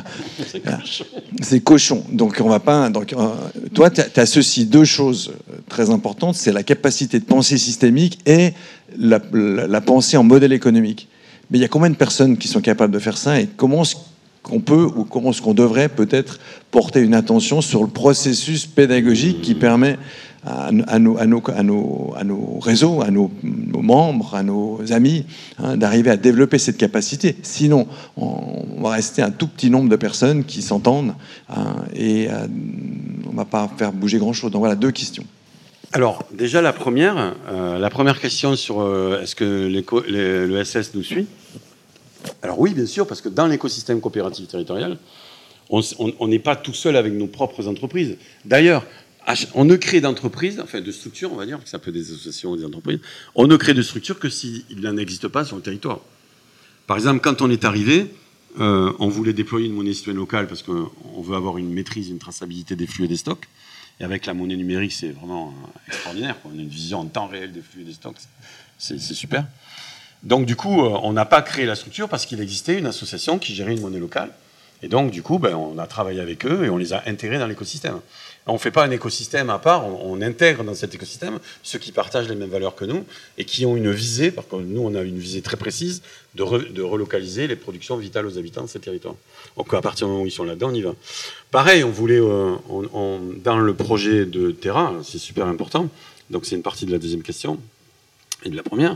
C'est cochon. Donc on va pas. Donc, toi, tu associes deux choses très importantes, c'est la capacité de penser systémique et la pensée en modèle économique. Mais il y a combien de personnes qui sont capables de faire ça, et comment est-ce qu'on peut, ou comment est-ce qu'on devrait peut-être porter une attention sur le processus pédagogique qui permet à nos réseaux, à nos membres, à nos amis, d'arriver à développer cette capacité. Sinon, on va rester un tout petit nombre de personnes qui s'entendent et on ne va pas faire bouger grand-chose. Donc voilà, 2 questions. Alors, déjà, la première question sur est-ce que l'ESS nous suit? Alors oui, bien sûr, parce que dans l'écosystème coopératif territorial, on n'est pas tout seul avec nos propres entreprises. D'ailleurs, on ne crée d'entreprises, enfin de structures, on va dire, que ça peut être des associations ou des entreprises, on ne crée de structures que s'il n'en existe pas sur le territoire. Par exemple, quand on est arrivé, on voulait déployer une monnaie citoyenne locale parce qu'on veut avoir une maîtrise, une traçabilité des flux et des stocks. Et avec la monnaie numérique, c'est vraiment extraordinaire, quoi. On a une vision en temps réel des flux et des stocks. C'est super. Donc, du coup, on n'a pas créé la structure parce qu'il existait une association qui gérait une monnaie locale. Et donc, du coup, on a travaillé avec eux et on les a intégrés dans l'écosystème. On ne fait pas un écosystème à part, on intègre dans cet écosystème ceux qui partagent les mêmes valeurs que nous et qui ont une visée, parce que nous, on a une visée très précise de relocaliser les productions vitales aux habitants de ces territoires. Donc, à partir du moment où ils sont là-dedans, on y va. Pareil, on voulait, dans le projet de Terra, c'est super important, donc c'est une partie de la deuxième question et de la première.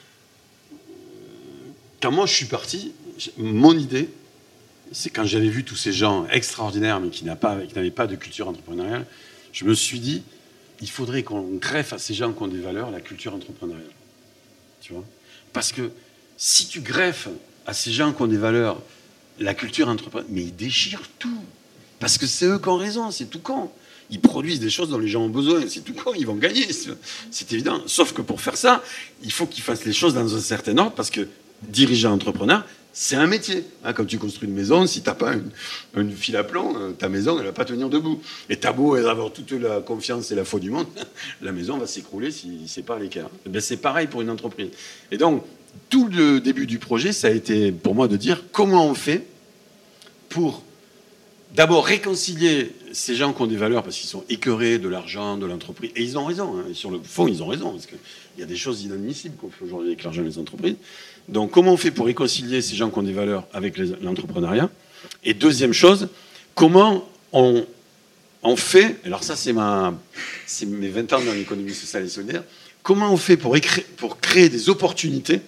Quand moi je suis parti, mon idée, c'est quand j'avais vu tous ces gens extraordinaires, mais qui n'avaient pas de culture entrepreneuriale, je me suis dit, il faudrait qu'on greffe à ces gens qui ont des valeurs la culture entrepreneuriale. Tu vois ? Parce que si tu greffes à ces gens qui ont des valeurs la culture entrepreneuriale, mais ils déchirent tout. Parce que c'est eux qui ont raison, c'est tout con. Ils produisent des choses dont les gens ont besoin, c'est tout con, ils vont gagner, c'est évident. Sauf que pour faire ça, il faut qu'ils fassent les choses dans un certain ordre, parce que dirigeant entrepreneur, c'est un métier. Quand tu construis une maison, si tu n'as pas une file à plomb, ta maison, elle ne va pas tenir debout. Et tu as beau avoir toute la confiance et la foi du monde, la maison va s'écrouler si ce n'est pas à l'écart. C'est pareil pour une entreprise. Et donc, tout le début du projet, ça a été pour moi de dire comment on fait pour d'abord réconcilier ces gens qui ont des valeurs parce qu'ils sont écœurés de l'argent, de l'entreprise. Et ils ont raison. Et sur le fond, ils ont raison. Parce qu'il y a des choses inadmissibles qu'on fait aujourd'hui avec l'argent des entreprises. Donc, comment on fait pour réconcilier ces gens qui ont des valeurs avec l'entrepreneuriat? Et deuxième chose, comment on fait, alors ça c'est mes 20 ans dans l'économie sociale et solidaire, comment on fait pour créer des opportunités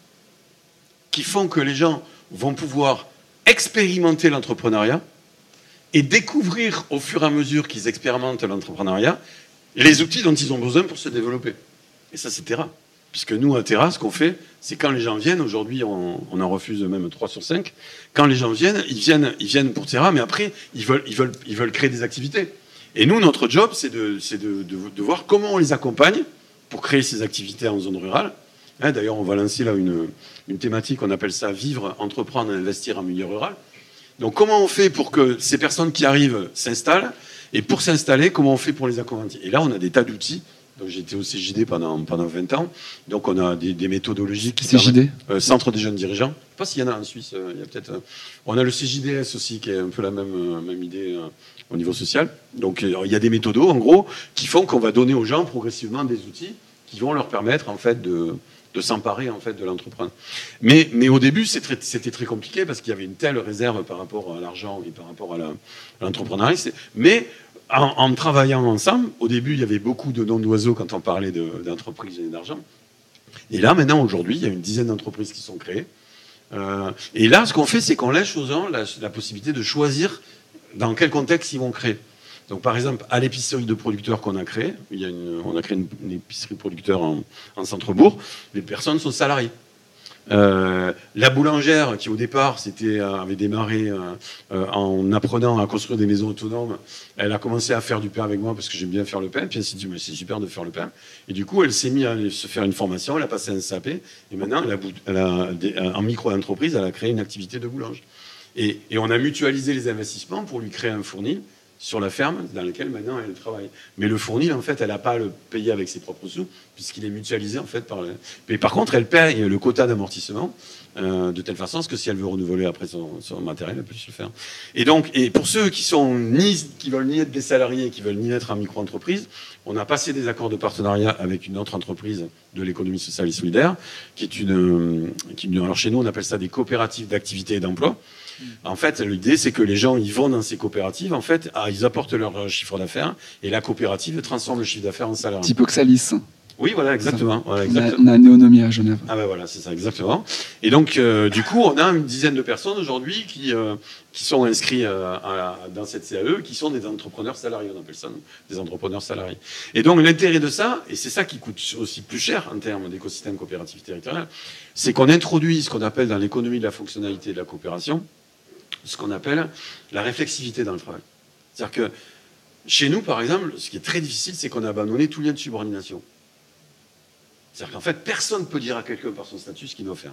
qui font que les gens vont pouvoir expérimenter l'entrepreneuriat et découvrir au fur et à mesure qu'ils expérimentent l'entrepreneuriat les outils dont ils ont besoin pour se développer. Et ça, c'est Terra. Puisque nous, à Terra, ce qu'on fait, c'est quand les gens viennent, aujourd'hui, on en refuse même 3 sur 5, quand les gens viennent, ils viennent pour Terra, mais après, ils veulent créer des activités. Et nous, notre job, c'est de voir comment on les accompagne pour créer ces activités en zone rurale. D'ailleurs, on va lancer là une thématique, on appelle ça « Vivre, entreprendre et investir en milieu rural ». Donc, comment on fait pour que ces personnes qui arrivent s'installent? Et pour s'installer, comment on fait pour les accompagner? Et là, on a des tas d'outils. Donc, j'étais au CJD pendant 20 ans. Donc, on a des méthodologies qui CJD Centre des jeunes dirigeants. Je ne sais pas s'il y en a en Suisse. Il y a peut-être. On a le CJDS aussi, qui est un peu la même idée au niveau social. Donc, il y a des méthodos, en gros, qui font qu'on va donner aux gens progressivement des outils qui vont leur permettre, en fait, de s'emparer en fait de l'entrepreneur. Mais au début, c'était très compliqué parce qu'il y avait une telle réserve par rapport à l'argent et par rapport à l'entrepreneuriat. Mais en travaillant ensemble, au début, il y avait beaucoup de noms d'oiseaux quand on parlait d'entreprise et d'argent. Et là, maintenant, aujourd'hui, il y a une dizaine d'entreprises qui sont créées. Et là, ce qu'on fait, c'est qu'on laisse aux gens la possibilité de choisir dans quel contexte ils vont créer. Donc, par exemple, à l'épicerie de producteurs qu'on a créée, on a créé une épicerie de producteurs en centre-bourg, les personnes sont salariées. La boulangère, qui au départ avait démarré en apprenant à construire des maisons autonomes, elle a commencé à faire du pain avec moi parce que j'aime bien faire le pain. Puis elle s'est dit, mais c'est super de faire le pain. Et du coup, elle s'est mise à se faire une formation, elle a passé un SAP, et maintenant, en micro-entreprise, elle a créé une activité de boulange. Et on a mutualisé les investissements pour lui créer un fournil sur la ferme dans laquelle maintenant elle travaille. Mais le fournil, en fait, elle n'a pas à le payer avec ses propres sous, puisqu'il est mutualisé, en fait, Mais par contre, elle paye le quota d'amortissement de telle façon que si elle veut renouveler après son matériel, elle peut se le faire. Et pour ceux qui veulent ni être des salariés, qui veulent ni être en micro-entreprise, on a passé des accords de partenariat avec une autre entreprise de l'économie sociale et solidaire, qui est alors chez nous, on appelle ça des coopératives d'activité et d'emploi. En fait, l'idée, c'est que les gens, ils vont dans ces coopératives, en fait, ils apportent leur chiffre d'affaires, et la coopérative transforme le chiffre d'affaires en salarié. Type Oxalis. Oui, voilà, exactement. La néonomie à Genève. Ah ben voilà, c'est ça, exactement. Et donc, du coup, on a une dizaine de personnes aujourd'hui qui sont inscrits dans cette CAE, qui sont des entrepreneurs salariés, on appelle ça des entrepreneurs salariés. Et donc, l'intérêt de ça, et c'est ça qui coûte aussi plus cher en termes d'écosystème coopératif territorial, c'est qu'on introduit ce qu'on appelle dans l'économie de la fonctionnalité et de la coopération, ce qu'on appelle la réflexivité dans le travail. C'est-à-dire que chez nous, par exemple, ce qui est très difficile, c'est qu'on a abandonné tout lien de subordination. C'est-à-dire qu'en fait, personne ne peut dire à quelqu'un par son statut ce qu'il doit faire.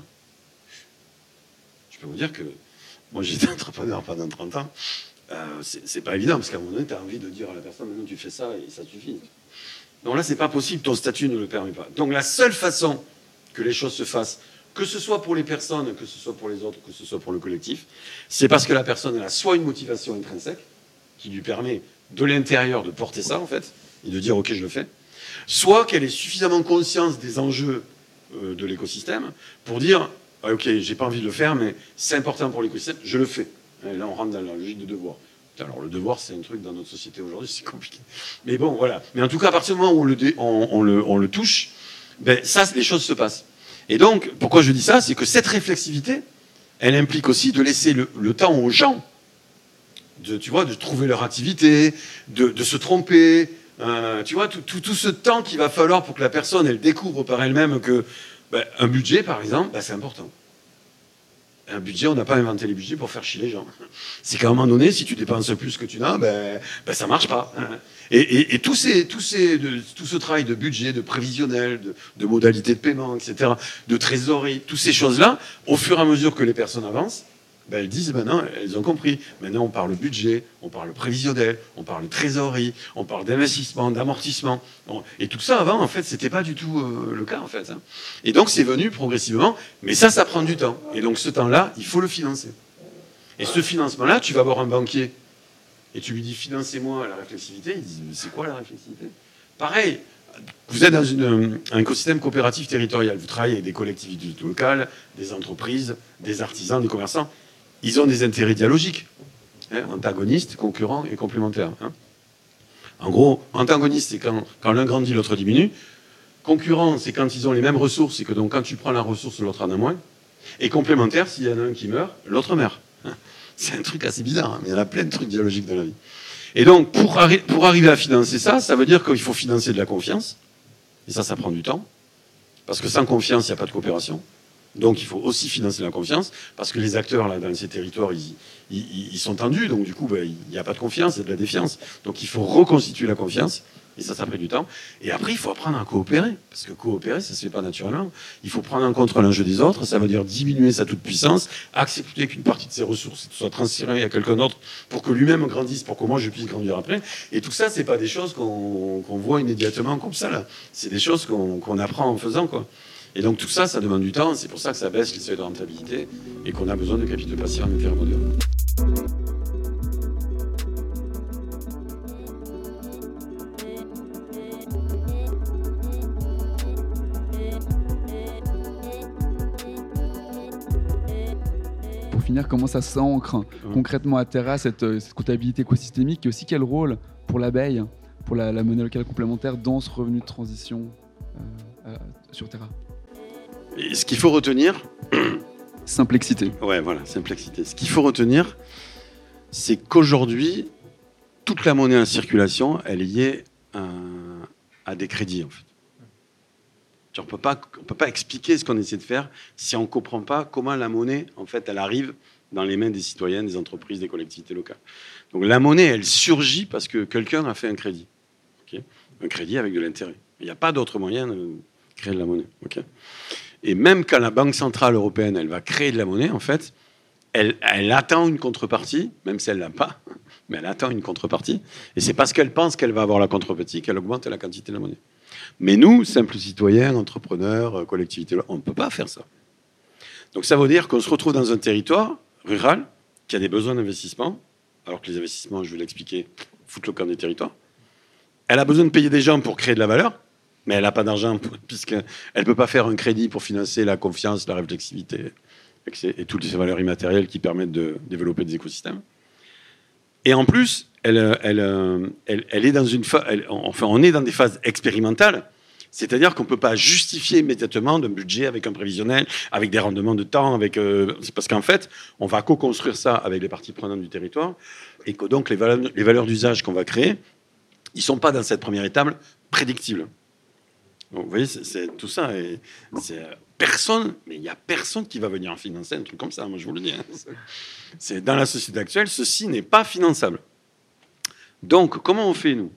Je peux vous dire que moi, j'étais entrepreneur pendant 30 ans. C'est pas évident, parce qu'à un moment donné, tu as envie de dire à la personne, maintenant tu fais ça et ça suffit. Donc là, c'est pas possible, ton statut ne le permet pas. Donc la seule façon que les choses se fassent, que ce soit pour les personnes, que ce soit pour les autres, que ce soit pour le collectif, c'est parce que la personne elle a soit une motivation intrinsèque, qui lui permet de l'intérieur de porter ça, en fait, et de dire, OK, je le fais, soit qu'elle ait suffisamment conscience des enjeux de l'écosystème pour dire, OK, j'ai pas envie de le faire, mais c'est important pour l'écosystème, je le fais. Et là, on rentre dans la logique de devoir. Alors, le devoir, c'est un truc dans notre société aujourd'hui, c'est compliqué. Mais bon, voilà. Mais en tout cas, à partir du moment où on le touche, ben, ça, les choses se passent. Et donc, pourquoi je dis ça, c'est que cette réflexivité, elle implique aussi de laisser le temps aux gens de trouver leur activité, de se tromper, tu vois, tout ce temps qu'il va falloir pour que la personne, elle découvre par elle-même que un budget, par exemple, c'est important. Un budget, on n'a pas inventé les budgets pour faire chier les gens. C'est qu'à un moment donné, si tu dépenses plus que tu n'as, ça marche pas. Et tout ce travail de budget, de prévisionnel, de modalités de paiement, etc., de trésorerie, toutes ces choses-là, au fur et à mesure que les personnes avancent, elles disent, non, elles ont compris. Maintenant, on parle budget, on parle prévisionnel, on parle trésorerie, on parle d'investissement, d'amortissement. Et tout ça, avant, en fait, c'était pas du tout le cas, en fait. Et donc, c'est venu progressivement, mais ça prend du temps. Et donc, ce temps-là, il faut le financer. Et ce financement-là, tu vas voir un banquier, et tu lui dis, financez-moi la réflexivité. Il dit, c'est quoi la réflexivité? Pareil, vous êtes dans un écosystème coopératif territorial. Vous travaillez avec des collectivités locales, des entreprises, des artisans, des commerçants. Ils ont des intérêts dialogiques, antagonistes, concurrents et complémentaires. En gros, antagoniste, c'est quand l'un grandit, l'autre diminue. Concurrent, c'est quand ils ont les mêmes ressources et que donc quand tu prends la ressource, l'autre en a moins. Et complémentaire, s'il y en a un qui meurt, l'autre meurt. C'est un truc assez bizarre, mais il y en a plein de trucs dialogiques dans la vie. Et donc, pour arriver à financer ça, ça veut dire qu'il faut financer de la confiance. Et ça prend du temps. Parce que sans confiance, il n'y a pas de coopération. Donc il faut aussi financer la confiance, parce que les acteurs là, dans ces territoires, ils sont tendus, donc du coup, il n'y a pas de confiance, il y a de la défiance. Donc il faut reconstituer la confiance, et ça prend du temps. Et après, il faut apprendre à coopérer, parce que coopérer, ça ne se fait pas naturellement. Il faut prendre en compte l'enjeu des autres, ça veut dire diminuer sa toute-puissance, accepter qu'une partie de ses ressources soit transférée à quelqu'un d'autre pour que lui-même grandisse, pour que moi je puisse grandir après. Et tout ça, c'est pas des choses qu'on voit immédiatement comme ça, là. C'est des choses qu'on apprend en faisant, quoi. Et donc tout ça, ça demande du temps, c'est pour ça que ça baisse les seuils de rentabilité et qu'on a besoin de capitaux passifs en intérêt moderne. Pour finir, comment ça s'ancre concrètement à Terra, cette comptabilité écosystémique, et aussi quel rôle pour l'abeille, pour la monnaie locale complémentaire dans ce revenu de transition sur Terra? Et ce qu'il faut retenir... Simplexité. Ouais, voilà, simplexité. Ce qu'il faut retenir, c'est qu'aujourd'hui, toute la monnaie en circulation, elle est liée à des crédits, en fait. On ne peut pas expliquer ce qu'on essaie de faire si on ne comprend pas comment la monnaie, en fait, elle arrive dans les mains des citoyens, des entreprises, des collectivités locales. Donc la monnaie, elle surgit parce que quelqu'un a fait un crédit. Okay, un crédit avec de l'intérêt. Il n'y a pas d'autre moyen de créer de la monnaie. Okay, et même quand la Banque Centrale Européenne, elle va créer de la monnaie, en fait, elle attend une contrepartie, même si elle ne l'a pas, mais elle attend une contrepartie. Et c'est parce qu'elle pense qu'elle va avoir la contrepartie qu'elle augmente la quantité de la monnaie. Mais nous, simples citoyens, entrepreneurs, collectivités, on ne peut pas faire ça. Donc ça veut dire qu'on se retrouve dans un territoire rural qui a des besoins d'investissement, alors que les investissements, je vais l'expliquer, foutent le camp des territoires. Elle a besoin de payer des gens pour créer de la valeur, mais elle n'a pas d'argent puisqu'elle ne peut pas faire un crédit pour financer la confiance, la réflexivité et toutes ces valeurs immatérielles qui permettent de développer des écosystèmes. Et en plus, elle est dans une on est dans des phases expérimentales, c'est-à-dire qu'on ne peut pas justifier immédiatement d'un budget avec un prévisionnel, avec des rendements de temps, c'est parce qu'en fait, on va co-construire ça avec les parties prenantes du territoire, et que donc les valeurs d'usage qu'on va créer, ils ne sont pas dans cette première étape prédictibles. Donc, vous voyez, c'est tout ça. Et mais il n'y a personne qui va venir financer un truc comme ça, moi je vous le dis. C'est, dans la société actuelle, ceci n'est pas finançable. Donc, comment on fait, nous ?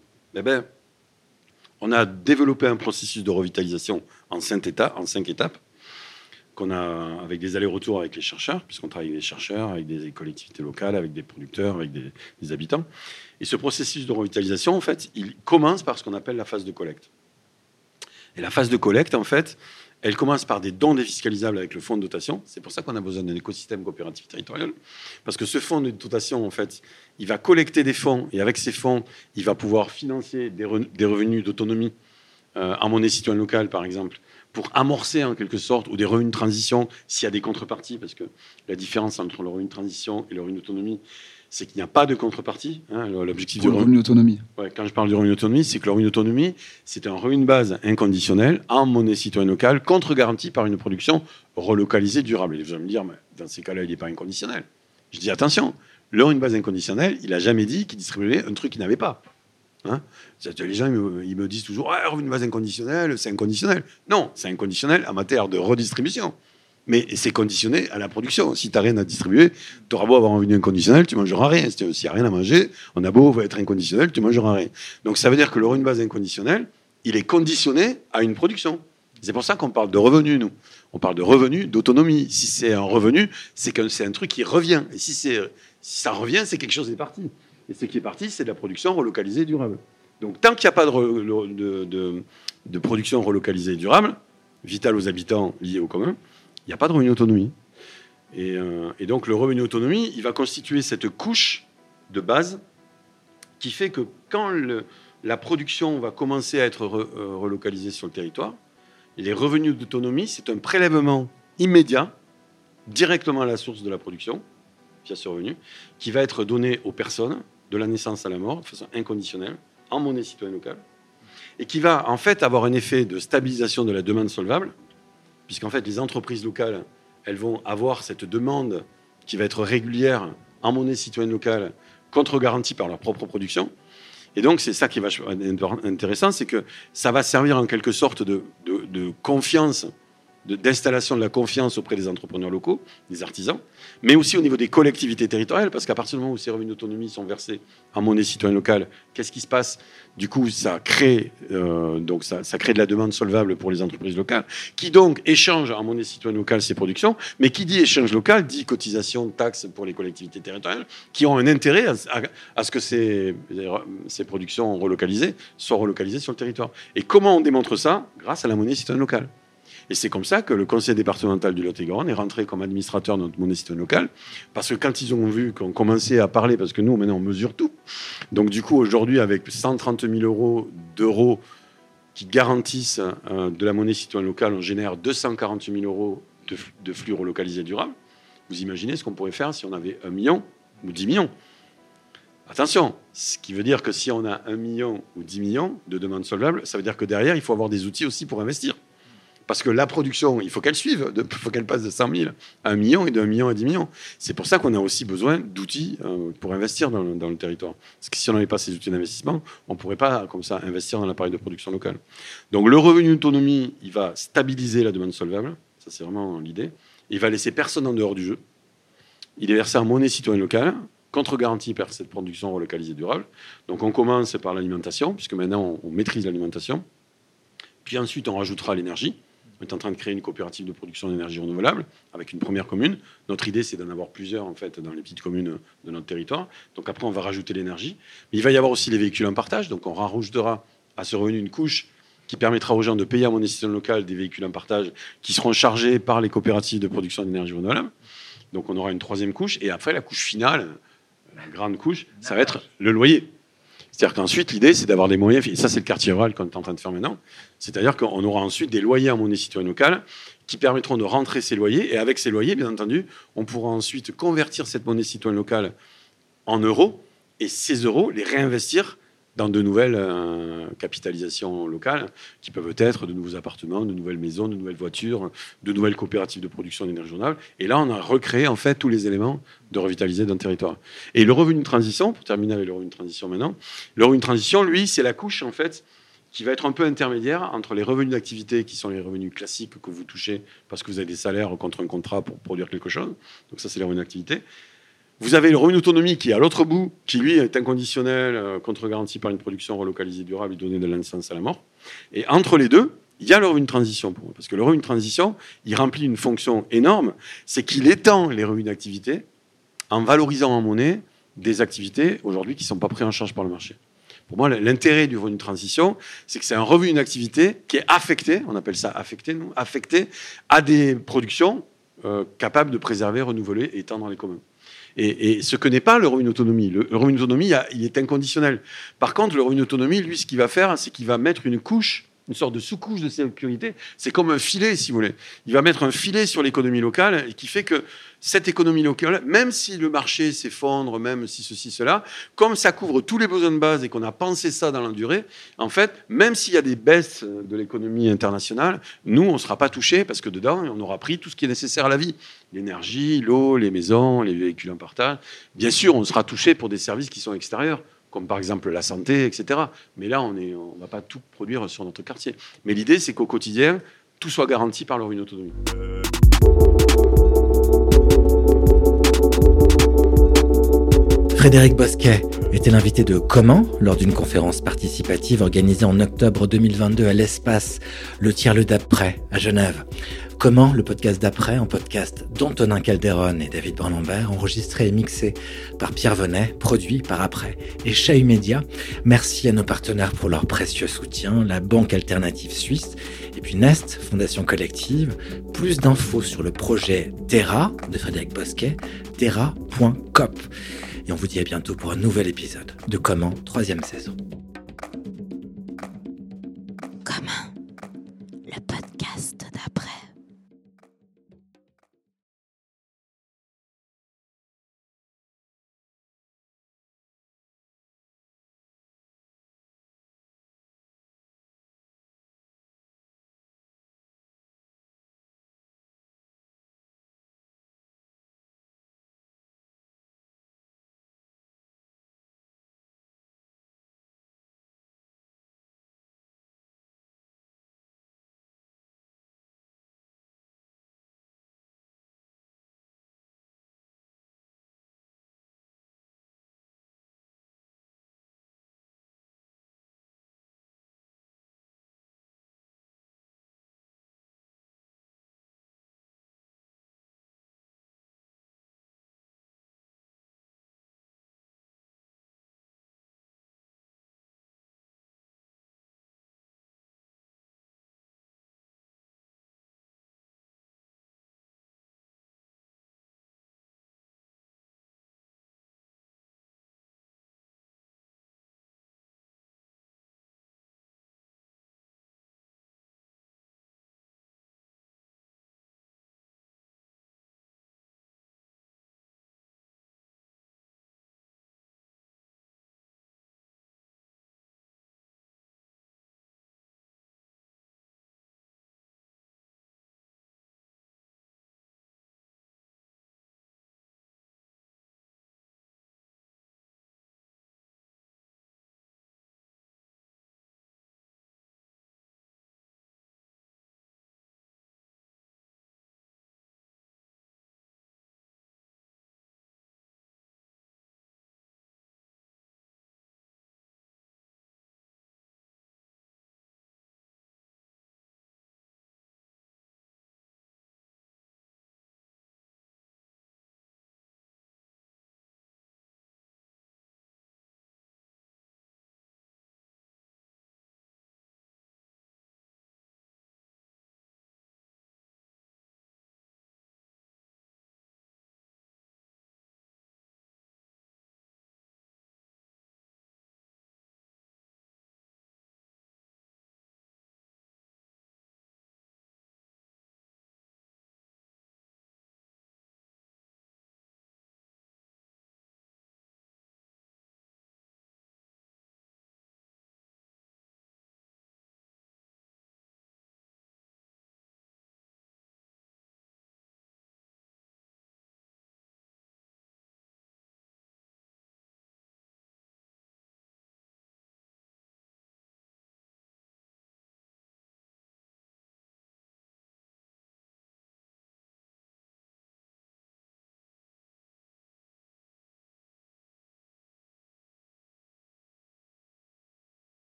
On a développé un processus de revitalisation en 5 étapes, qu'on a avec des allers-retours avec les chercheurs, puisqu'on travaille avec des chercheurs, avec des collectivités locales, avec des producteurs, avec des habitants. Et ce processus de revitalisation, en fait, il commence par ce qu'on appelle la phase de collecte. Et la phase de collecte, en fait, elle commence par des dons défiscalisables avec le fonds de dotation. C'est pour ça qu'on a besoin d'un écosystème coopératif territorial. Parce que ce fonds de dotation, en fait, il va collecter des fonds. Et avec ces fonds, il va pouvoir financer des revenus d'autonomie en monnaie citoyenne locale, par exemple, pour amorcer en quelque sorte, ou des revenus de transition, s'il y a des contreparties. Parce que la différence entre le revenu de transition et le revenu d'autonomie, c'est qu'il n'y a pas de contrepartie. L'objectif du revenu d'autonomie. Ouais, quand je parle du revenu d'autonomie, c'est que le revenu d'autonomie, c'est un revenu de base inconditionnel en monnaie citoyenne locale, contre-garantie par une production relocalisée durable. Et vous allez me dire, mais dans ces cas-là, il n'est pas inconditionnel. Je dis attention, le revenu de base inconditionnel, il n'a jamais dit qu'il distribuait un truc qu'il n'avait pas. Les gens, ils me disent toujours, revenu de base inconditionnel, c'est inconditionnel. Non, c'est inconditionnel en matière de redistribution. Mais c'est conditionné à la production. Si tu n'as rien à distribuer, tu auras beau avoir un revenu inconditionnel, tu ne mangeras rien. S'il n'y a rien à manger, on a beau être inconditionnel, tu ne mangeras rien. Donc ça veut dire que le revenu de base inconditionnel, il est conditionné à une production. C'est pour ça qu'on parle de revenus, nous. On parle de revenus d'autonomie. Si c'est un revenu, c'est que c'est un truc qui revient. Et si ça revient, c'est quelque chose qui est parti. Et ce qui est parti, c'est de la production relocalisée durable. Donc tant qu'il n'y a pas de production relocalisée durable, vitale aux habitants, liée au commun, il n'y a pas de revenu autonomie. Et donc, le revenu autonomie, il va constituer cette couche de base qui fait que quand la production va commencer à être relocalisée sur le territoire, les revenus d'autonomie, c'est un prélèvement immédiat, directement à la source de la production, via ce revenu, qui va être donné aux personnes, de la naissance à la mort, de façon inconditionnelle, en monnaie citoyenne locale, et qui va en fait avoir un effet de stabilisation de la demande solvable, puisqu'en fait, les entreprises locales, elles vont avoir cette demande qui va être régulière en monnaie citoyenne locale, contre-garantie par leur propre production. Et donc, c'est ça qui est vachement intéressant, c'est que ça va servir en quelque sorte de confiance, d'installation de la confiance auprès des entrepreneurs locaux, des artisans, mais aussi au niveau des collectivités territoriales, parce qu'à partir du moment où ces revenus d'autonomie sont versés en monnaie citoyenne locale, qu'est-ce qui se passe ? Du coup, ça crée de la demande solvable pour les entreprises locales, qui donc échangent en monnaie citoyenne locale ces productions, mais qui dit échange local, dit cotisation, taxes pour les collectivités territoriales, qui ont un intérêt à ce que ces productions relocalisées soient relocalisées sur le territoire. Et comment on démontre ça ? Grâce à la monnaie citoyenne locale. Et c'est comme ça que le conseil départemental du Lot-et-Garonne est rentré comme administrateur de notre monnaie citoyenne locale, parce que quand ils ont vu qu'on commençait à parler, parce que nous, maintenant, on mesure tout. Donc, du coup, aujourd'hui, avec 130 000 d'euros qui garantissent de la monnaie citoyenne locale, on génère 248 000 euros de flux relocalisés durables. Vous imaginez ce qu'on pourrait faire si on avait 1 million ou 10 millions. Attention, ce qui veut dire que si on a 1 million ou 10 millions de demandes solvables, ça veut dire que derrière, il faut avoir des outils aussi pour investir. Parce que la production, il faut qu'elle suive, il faut qu'elle passe de 100 000 à 1 million et de 1 million à 10 millions. C'est pour ça qu'on a aussi besoin d'outils pour investir dans le territoire. Parce que si on n'avait pas ces outils d'investissement, on ne pourrait pas, comme ça, investir dans l'appareil de production local. Donc le revenu d'autonomie, il va stabiliser la demande solvable. Ça, c'est vraiment l'idée. Il va laisser personne en dehors du jeu. Il est versé en monnaie citoyenne locale, contre-garantie par cette production relocalisée durable. Donc on commence par l'alimentation, puisque maintenant on maîtrise l'alimentation. Puis ensuite, on rajoutera l'énergie. On est en train de créer une coopérative de production d'énergie renouvelable avec une première commune. Notre idée, c'est d'en avoir plusieurs en fait, dans les petites communes de notre territoire. Donc après, on va rajouter l'énergie. Mais il va y avoir aussi les véhicules en partage. Donc on rajoutera à ce revenu une couche qui permettra aux gens de payer à monnaie citoyenne locale des véhicules en partage qui seront chargés par les coopératives de production d'énergie renouvelable. Donc on aura une troisième couche. Et après, la couche finale, la grande couche, ça va être le loyer. C'est-à-dire qu'ensuite, l'idée, c'est d'avoir des moyens, et ça, c'est le quartier rural qu'on est en train de faire maintenant, c'est-à-dire qu'on aura ensuite des loyers en monnaie citoyenne locale qui permettront de rentrer ces loyers, et avec ces loyers, bien entendu, on pourra ensuite convertir cette monnaie citoyenne locale en euros, et ces euros, les réinvestir dans de nouvelles capitalisations locales, qui peuvent être de nouveaux appartements, de nouvelles maisons, de nouvelles voitures, de nouvelles coopératives de production d'énergie renouvelable. Et là, on a recréé en fait tous les éléments de revitaliser d'un territoire. Et le revenu de transition, pour terminer avec le revenu de transition maintenant, le revenu de transition, lui, c'est la couche en fait qui va être un peu intermédiaire entre les revenus d'activité, qui sont les revenus classiques que vous touchez parce que vous avez des salaires contre un contrat pour produire quelque chose. Donc ça, c'est les revenus d'activité. Vous avez le revenu d'autonomie qui est à l'autre bout, qui lui est inconditionnel, contre-garanti par une production relocalisée durable et donnée de l'instance à la mort. Et entre les deux, il y a le revenu de transition pour moi. Parce que le revenu de transition, il remplit une fonction énorme, c'est qu'il étend les revenus d'activité en valorisant en monnaie des activités aujourd'hui qui ne sont pas prises en charge par le marché. Pour moi, l'intérêt du revenu de transition, c'est que c'est un revenu d'activité qui est affecté, on appelle ça affecté, nous, affecté à des productions capables de préserver, renouveler et étendre les communs. Et ce que n'est pas le revenu d'autonomie. Le revenu d'autonomie, il est inconditionnel. Par contre, le revenu d'autonomie, lui, ce qu'il va faire, c'est qu'il va mettre une couche, une sorte de sous-couche de sécurité. C'est comme un filet, si vous voulez. Il va mettre un filet sur l'économie locale qui fait que cette économie locale, même si le marché s'effondre, même si ceci, cela, comme ça couvre tous les besoins de base et qu'on a pensé ça dans la durée, en fait, même s'il y a des baisses de l'économie internationale, nous, on ne sera pas touchés parce que dedans, on aura pris tout ce qui est nécessaire à la vie. L'énergie, l'eau, les maisons, les véhicules en partage. Bien sûr, on sera touché pour des services qui sont extérieurs, comme par exemple la santé, etc. Mais là, on ne va pas tout produire sur notre quartier. Mais l'idée, c'est qu'au quotidien, tout soit garanti par le revenu d'autonomie. Frédéric Bosquet était l'invité de Comment lors d'une conférence participative organisée en octobre 2022 à l'Espace, le tiers-lieu d'après à Genève. Comment, le podcast d'après, un podcast d'Antonin Calderon et David Brun-Lambert, enregistré et mixé par Pierre Venet, produit par Après et Chahut Média. Merci à nos partenaires pour leur précieux soutien, la Banque Alternative Suisse et puis Nest, Fondation Collective. Plus d'infos sur le projet Terra de Frédéric Bosquet, terra.coop. Et on vous dit à bientôt pour un nouvel épisode de Comment, 3e saison.